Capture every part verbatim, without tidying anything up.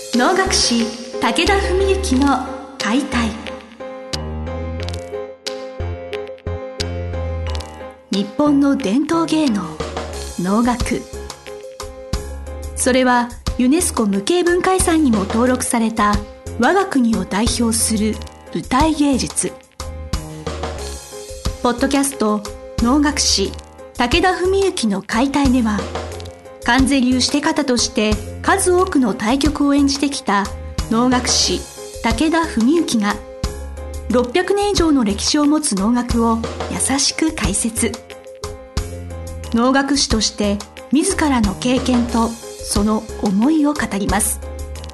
能楽師武田文幸の解体。日本の伝統芸能能楽、それはユネスコ無形文化遺産にも登録された我が国を代表する舞台芸術。ポッドキャスト能楽師武田文幸の解体では、観世流して方として数多くの大曲を演じてきた能楽師武田文幸がろっぴゃくねん以上の歴史を持つ能楽を優しく解説。能楽師として自らの経験とその思いを語ります。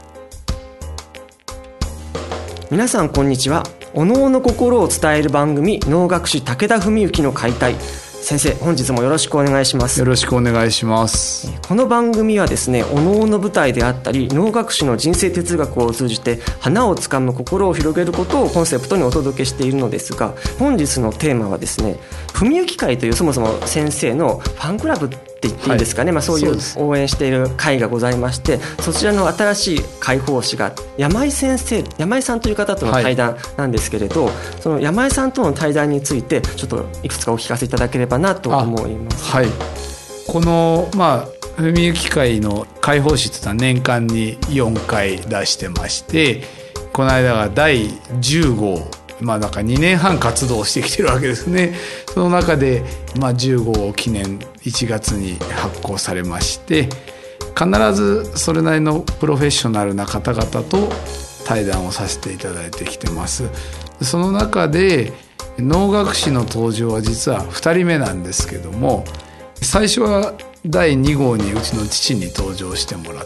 皆さんこんにちは。お能の心を伝える番組、能楽師武田文幸の解体。先生、本日もよろしくお願いします。 よろしくお願いします。 この番組はですね、お能の舞台であったり能楽師の人生哲学を通じて花をつかむ心を広げることをコンセプトにお届けしているのですが、本日のテーマはですね、文幸会というそもそも先生のファンクラブって言っていいんですかね、はい、まあ、そういう応援している会がございまして、そちらの新しい会報誌が山井先生、山井さんという方との対談なんですけれど、はい、その山井さんとの対談についてちょっといくつかお聞かせいただければなと思います。 はい、この、まあ、文幸会の会報誌というのは年間によんかい出してまして、この間がだいじゅうごう、まあ、なんかにねんはん活動してきてるわけですね。その中で、まあ、じゅうごを記念いちがつに発行されまして、必ずそれなりのプロフェッショナルな方々と対談をさせていただいてきてます。その中で能楽師の登場は実はふたりめなんですけども、最初はだいにごうにうちの父に登場してもらって、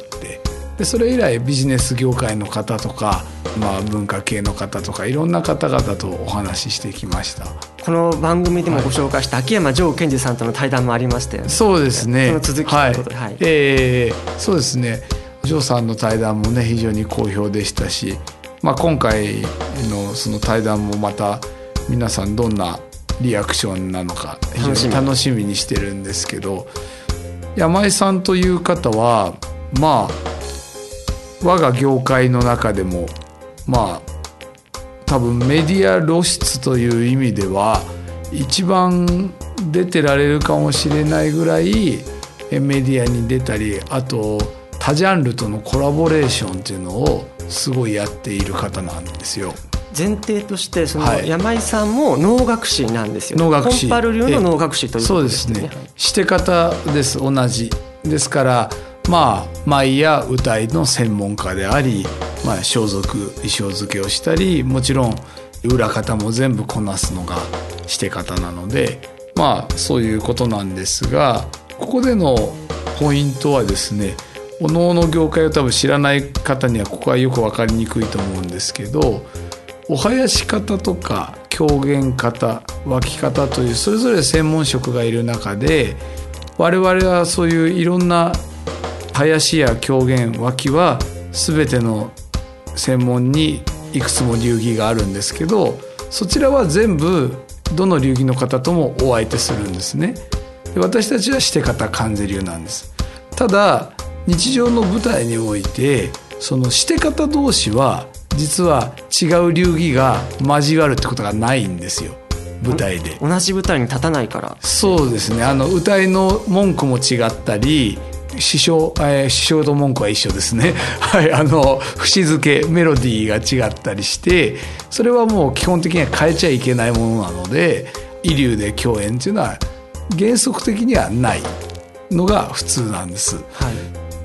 でそれ以来ビジネス業界の方とか、まあ、文化系の方とかいろんな方々とお話ししてきました。 この番組でもご紹介した秋山城賢治さんとの対談もありましたよね。 そうですね。 その続きということで、はいはい、 えー、そうですね。城さんの対談もね非常に好評でしたし、まあ、今回のその対談もまた皆さんどんなリアクションなのか非常に楽しみにしてるんですけど、山井さんという方はまあ我が業界の中でもまあ多分メディア露出という意味では一番出てられるかもしれないぐらいメディアに出たり、あと他ジャンルとのコラボレーションっていうのをすごいやっている方なんですよ。 前提としてその山井さんも能楽師なんですよね。 能楽師、 コンパル流の能楽師ということですね。 そうですね。して方です。同じですから、まあ、舞や歌いの専門家であり、まあ、装束衣装付けをしたり、もちろん裏方も全部こなすのがして方なので、まあそういうことなんですが、ここでのポイントはですね、お能の業界を多分知らない方にはここはよく分かりにくいと思うんですけど、お囃子方とか狂言方、湧き方というそれぞれ専門職がいる中で、我々はそういういろんな囃子や狂言、湧きは全ての専門にいくつも流儀があるんですけど、そちらは全部どの流儀の方ともお相手するんですね。で、私たちはして方観世流なんです。ただ日常の舞台においてそのして方同士は実は違う流儀が交わるってことがないんですよ、舞台で。 同じ舞台に立たないから。 そうですね。あの歌いの文句も違ったり、師匠、えー、師匠と文句は一緒ですね。はい、あの節付けメロディーが違ったりして、それはもう基本的には変えちゃいけないものなので、異流で共演っていうのは原則的にはないのが普通なんです。 はい、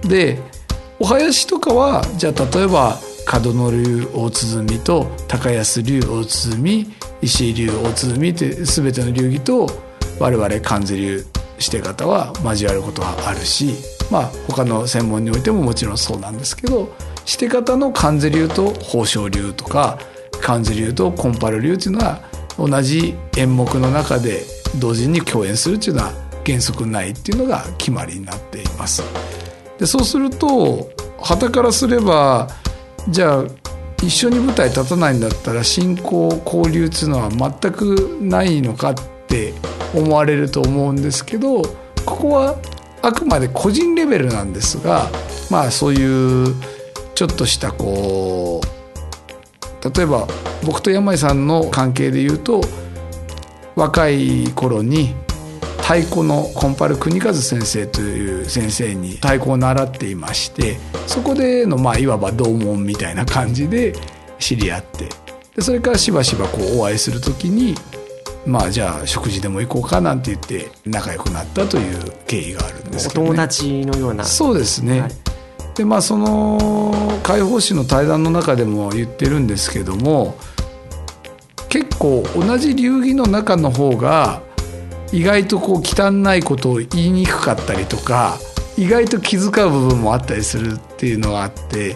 で、お囃子とかはじゃあ例えば門野流大鼓と高安流大鼓、石井流大鼓って全ての流儀と我々観世流して方は交わることがあるし、まあ他の専門においてももちろんそうなんですけど、して方の観世流と宝生流とか観世流とコンパル流っていうのは同じ演目の中で同時に共演するっていうのは原則ないっていうのが決まりになっています。で、そうすると傍からすれば、じゃあ一緒に舞台立たないんだったら親交交流っていうのは全くないのかって思われると思うんですけど、ここはあくまで個人レベルなんですが、まあそういうちょっとしたこう例えば僕と山井さんの関係でいうと、若い頃に太鼓のコンパル国和先生という先生に太鼓を習っていまして、そこでのまあいわば同門みたいな感じで知り合って、でそれからしばしばこうお会いするときに、まあじゃあ食事でも行こうかなんて言って仲良くなったという経緯があるんですけどね。 お友達のような。 そうですね、 はい、 でまあその解放誌の対談の中でも言ってるんですけども、結構同じ流儀の中の方が意外とこう汚いことを言いにくかったりとか、意外と気遣う部分もあったりするっていうのがあって、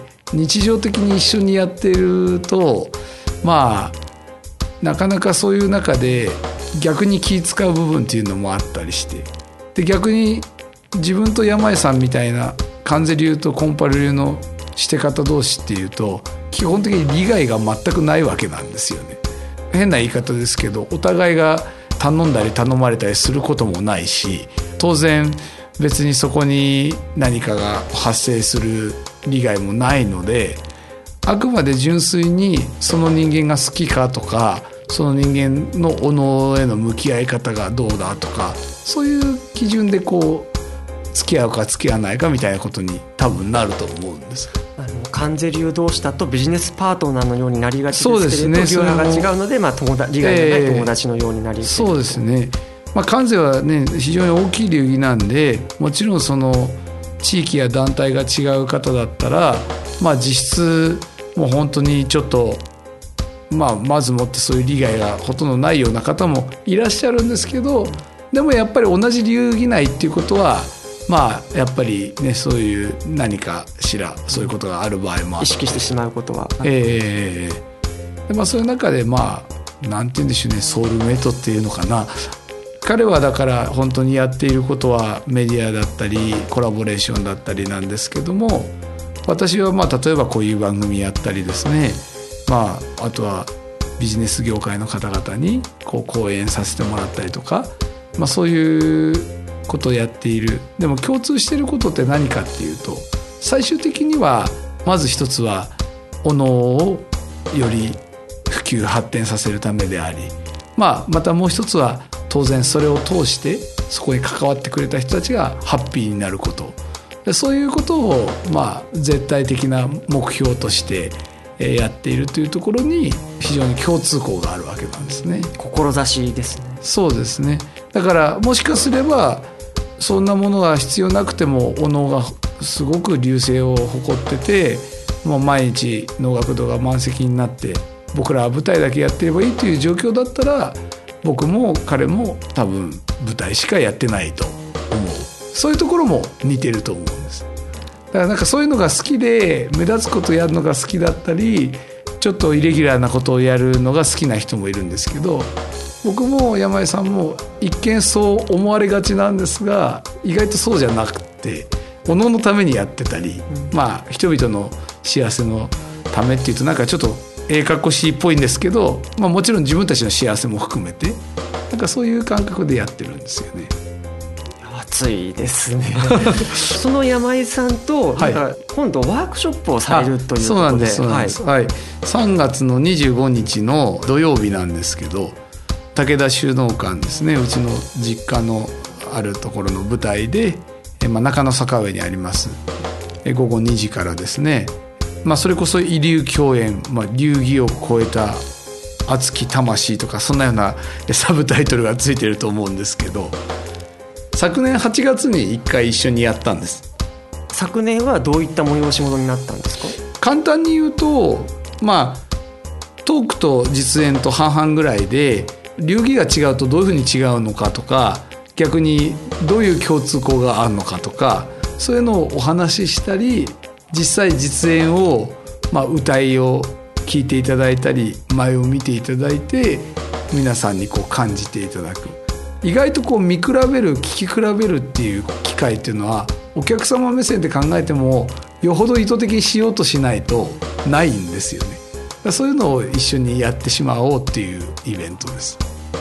日常的に一緒にやってるとまあなかなかそういう中で逆に気遣う部分っていうのもあったりして、で逆に自分と山井さんみたいな関税流とコンパル流のして方同士っていうと、基本的に利害が全くないわけなんですよね。変な言い方ですけど、お互いが頼んだり頼まれたりすることもないし、当然別にそこに何かが発生する利害もないので、あくまで純粋にその人間が好きかとか、その人間のおのへの向き合い方がどうだとか、そういう基準でこう付き合うか付き合わないかみたいなことに多分なると思うんです。 あの関税流同士だとビジネスパートナーのようになりがちですけれど、 そうですね、 流派が違うので、まあ、友達利害がない友達のようになり、えー、 そうですね、まあ、関税はね非常に大きい流儀なんで、もちろんその地域や団体が違う方だったら、まあ、実質もう本当にちょっと、まあ、まずもってそういう利害がほとんどないような方もいらっしゃるんですけど、でもやっぱり同じ流儀内っていうことは、まあやっぱりね、そういう何かしらそういうことがある場合もある、 意識してしまうことは、 えーでまあ、そういう中でまあなんて言うんでしょうね、ソウルメイトっていうのかな。彼はだから本当にやっていることはメディアだったりコラボレーションだったりなんですけども、私はまあ例えばこういう番組やったりですね、まあ、あとはビジネス業界の方々にこう講演させてもらったりとか、まあ、そういうことをやっている。でも共通していることって何かっていうと、最終的にはまず一つはお能をより普及発展させるためであり、まあ、またもう一つは当然それを通してそこに関わってくれた人たちがハッピーになること、そういうことをまあ絶対的な目標としてやっているというところに非常に共通項があるわけなんですね。 志ですね。 そうですね。だからもしかすればそんなものが必要なくてもお能がすごく隆盛を誇ってて、もう毎日能楽堂が満席になって僕らは舞台だけやってればいいという状況だったら、僕も彼も多分舞台しかやってないと思う。そういうところも似てると思うんです。だからなんかそういうのが好きで目立つことをやるのが好きだったり、ちょっとイレギュラーなことをやるのが好きな人もいるんですけど、僕も山井さんも一見そう思われがちなんですが、意外とそうじゃなくてお能のためにやってたり、うん、まあ人々の幸せのためっていうとなんかちょっとええかっこしいっぽいんですけど、まあ、もちろん自分たちの幸せも含めてなんかそういう感覚でやってるんですよね。 熱いですねその山井さんとなんか今度ワークショップをされるということで、 そうなんです、そうなんです、はいはい、さんがつのにじゅうごにちの土曜日なんですけど、武田収納館ですね、うちの実家のあるところの舞台で、まあ、中野坂上にありますごごにじからですね、まあ、それこそ遺流狂言、まあ、流儀を超えた熱き魂とかそんなようなサブタイトルがついてると思うんですけど、昨年はちがつにいっかい一緒にやったんです。 昨年はどういった催し物になったんですか？ 簡単に言うと、まあ、トークと実演と半々ぐらいで、流儀が違うとどういうふうに違うのかとか、逆にどういう共通項があるのかとか、そういうのをお話ししたり、実際実演を、まあ、歌いを聞いていただいたり前を見ていただいて皆さんにこう感じていただく。意外とこう見比べる聞き比べるっていう機会っていうのはお客様目線で考えてもよほど意図的にしようとしないとないんですよね。そういうのを一緒にやってしまおうっていうイベントです。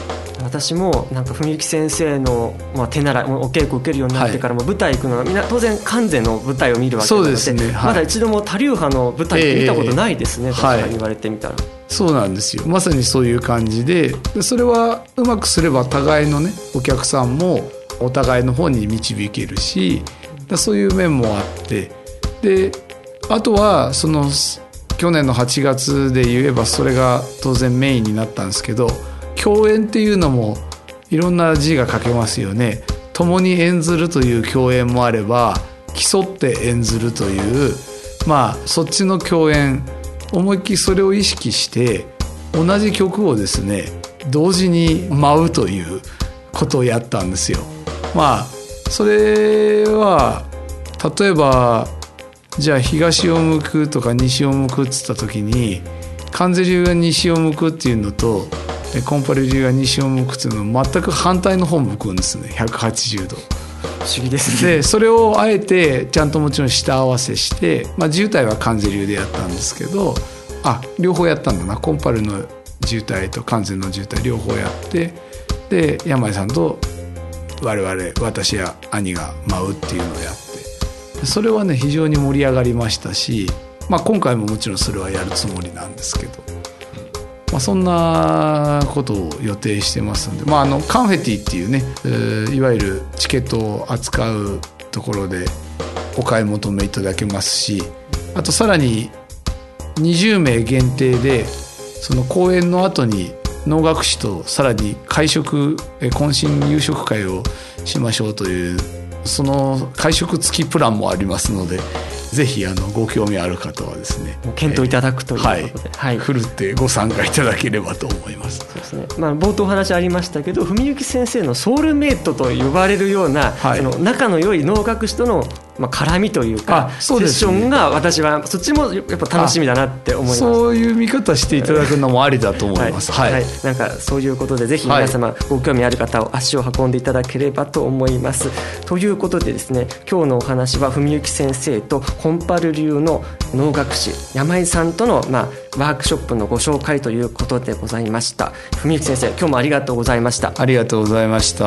私もなんか文幸先生の、まあ、手習いお稽古受けるようになってからも舞台行くのはみんな当然関西の舞台を見るわけなの で, そうですね、はい、 まだ一度も他流派の舞台って見たことないですね、 えー、 確かに言われてみたら、はい、 そうなんですよ。まさにそういう感じで、それはうまくすれば互いのねお客さんもお互いの方に導けるし、そういう面もあって、であとはその去年のはちがつで言えばそれが当然メインになったんですけど、共演っていうのもいろんな字が書けますよね。共に演ずるという共演もあれば、競って演ずるという、まあそっちの共演、思いっきりそれを意識して同じ曲をですね同時に舞うということをやったんですよ。まあそれは例えばじゃあ東を向くとか西を向くって言った時に、関西流が西を向くっていうのとコンパル流が西を向くっていうのは全く反対の方を向くんですね。ひゃくはちじゅうど。 不思議ですね。 でそれをあえてちゃんともちろん下合わせして、まあ、渋滞は関西流でやったんですけど、あ両方やったんだな。コンパルの渋滞と関西の渋滞両方やって、で山井さんと我々私や兄が舞うっていうのをやって、それはね非常に盛り上がりましたし、まあ、今回ももちろんそれはやるつもりなんですけど、まあ、そんなことを予定してますので、まあ、あのカンフェティっていうね、えー、いわゆるチケットを扱うところでお買い求めいただけますし、あとさらににじゅうめい限定でその公演の後に能楽師とさらに会食懇親夕食会をしましょうという、その会食付きプランもありますので、ぜひあのご興味ある方はですね検討いただくということで、 えーはいはい、ふるってご参加いただければと思います。 そうですね、まあ、冒頭お話ありましたけど、文幸先生のソウルメイトと呼ばれるような、はい、その仲の良い能楽師とのまあ、絡みというかそうです、ね、 セッションが私はそっちもやっぱ楽しみだなって思います。 そういう見方していただくのもありだと思います、 はいはいはい、なんかそういうことでぜひ皆様ご興味ある方は足を運んでいただければと思います、はい、ということでですね、今日のお話は文幸先生とコンパル流の能楽師山井さんとの、まあ、ワークショップのご紹介ということでございました。文幸先生、今日もありがとうございました。 ありがとうございました。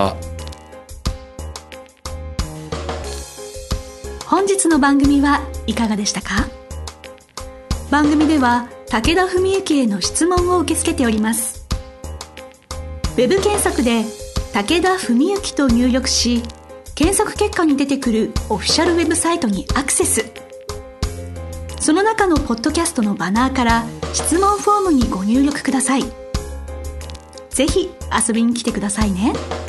本日の番組はいかがでしたか？番組では武田文幸への質問を受け付けております。ウェブ検索で武田文幸と入力し、検索結果に出てくるオフィシャルウェブサイトにアクセス。その中のポッドキャストのバナーから質問フォームにご入力ください。ぜひ遊びに来てくださいね。